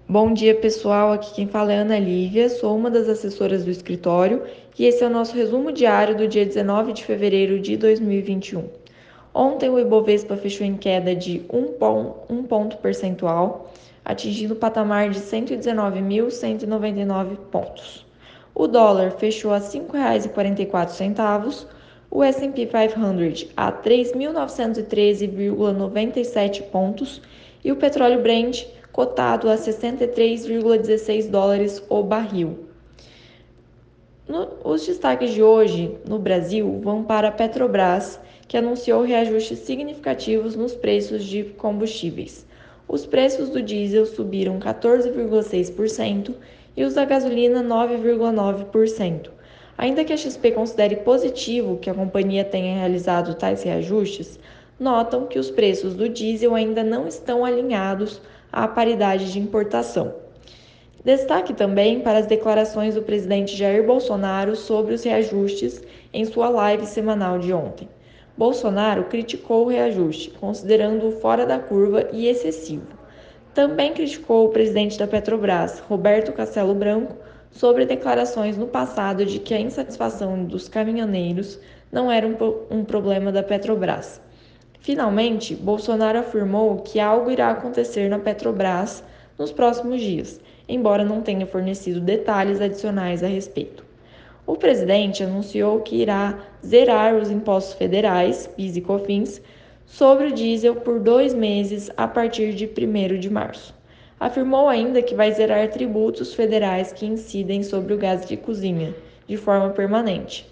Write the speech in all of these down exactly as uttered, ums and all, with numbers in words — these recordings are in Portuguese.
Bom dia, pessoal. Aqui quem fala é Ana Lívia, sou uma das assessoras do escritório e esse é o nosso resumo diário do dia dezenove de fevereiro de dois mil e vinte e um. Ontem o Ibovespa fechou em queda de um ponto percentual, atingindo o patamar de cento e dezenove mil cento e noventa e nove pontos. O dólar fechou a cinco reais e quarenta e quatro centavos, o S e P quinhentos a três mil novecentos e treze vírgula noventa e sete pontos e o petróleo Brent cotado a sessenta e três vírgula dezesseis dólares o barril. No, os destaques de hoje no Brasil vão para a Petrobras, que anunciou reajustes significativos nos preços de combustíveis. Os preços do diesel subiram quatorze vírgula seis por cento e os da gasolina nove vírgula nove por cento. Ainda que a X P considere positivo que a companhia tenha realizado tais reajustes, notam que os preços do diesel ainda não estão alinhados à paridade de importação. Destaque também para as declarações do presidente Jair Bolsonaro sobre os reajustes em sua live semanal de ontem. Bolsonaro criticou o reajuste, considerando-o fora da curva e excessivo. Também criticou o presidente da Petrobras, Roberto Castello Branco, sobre declarações no passado de que a insatisfação dos caminhoneiros não era um, um problema da Petrobras. Finalmente, Bolsonaro afirmou que algo irá acontecer na Petrobras nos próximos dias, embora não tenha fornecido detalhes adicionais a respeito. O presidente anunciou que irá zerar os impostos federais, PIS e COFINS, sobre o diesel por dois meses a partir de primeiro de março. Afirmou ainda que vai zerar tributos federais que incidem sobre o gás de cozinha, de forma permanente.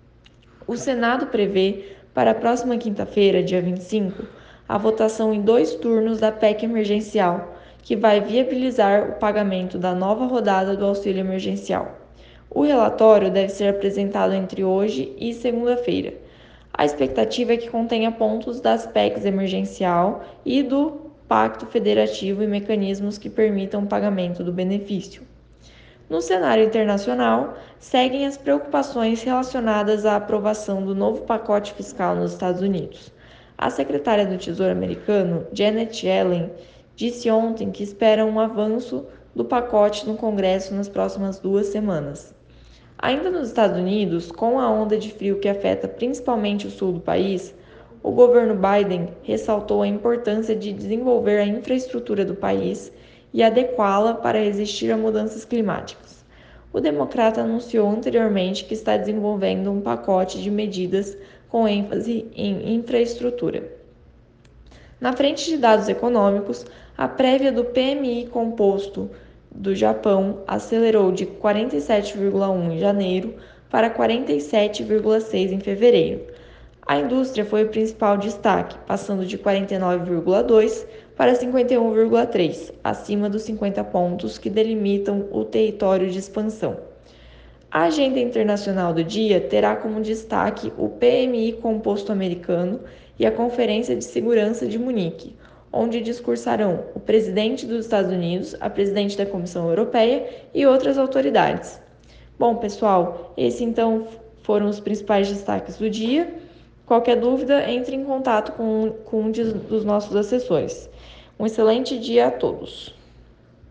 O Senado prevê, para a próxima quinta-feira, dia vinte e cinco, a votação em dois turnos da P E C emergencial, que vai viabilizar o pagamento da nova rodada do auxílio emergencial. O relatório deve ser apresentado entre hoje e segunda-feira. A expectativa é que contenha pontos das P E Cs emergencial e do Pacto Federativo e mecanismos que permitam o pagamento do benefício. No cenário internacional, seguem as preocupações relacionadas à aprovação do novo pacote fiscal nos Estados Unidos. A secretária do Tesouro americano, Janet Yellen, disse ontem que espera um avanço do pacote no Congresso nas próximas duas semanas. Ainda nos Estados Unidos, com a onda de frio que afeta principalmente o sul do país, o governo Biden ressaltou a importância de desenvolver a infraestrutura do país e adequá-la para resistir a mudanças climáticas. O democrata anunciou anteriormente que está desenvolvendo um pacote de medidas com ênfase em infraestrutura. Na frente de dados econômicos, a prévia do P M I composto do Japão acelerou de quarenta e sete vírgula um em janeiro para quarenta e sete vírgula seis em fevereiro. A indústria foi o principal destaque, passando de quarenta e nove vírgula dois para cinquenta e um vírgula três, acima dos cinquenta pontos que delimitam o território de expansão. A agenda internacional do dia terá como destaque o P M I composto americano e a Conferência de Segurança de Munique, onde discursarão o presidente dos Estados Unidos, a presidente da Comissão Europeia e outras autoridades. Bom, pessoal, esses então foram os principais destaques do dia. Qualquer dúvida, entre em contato com, com um dos nossos assessores. Um excelente dia a todos.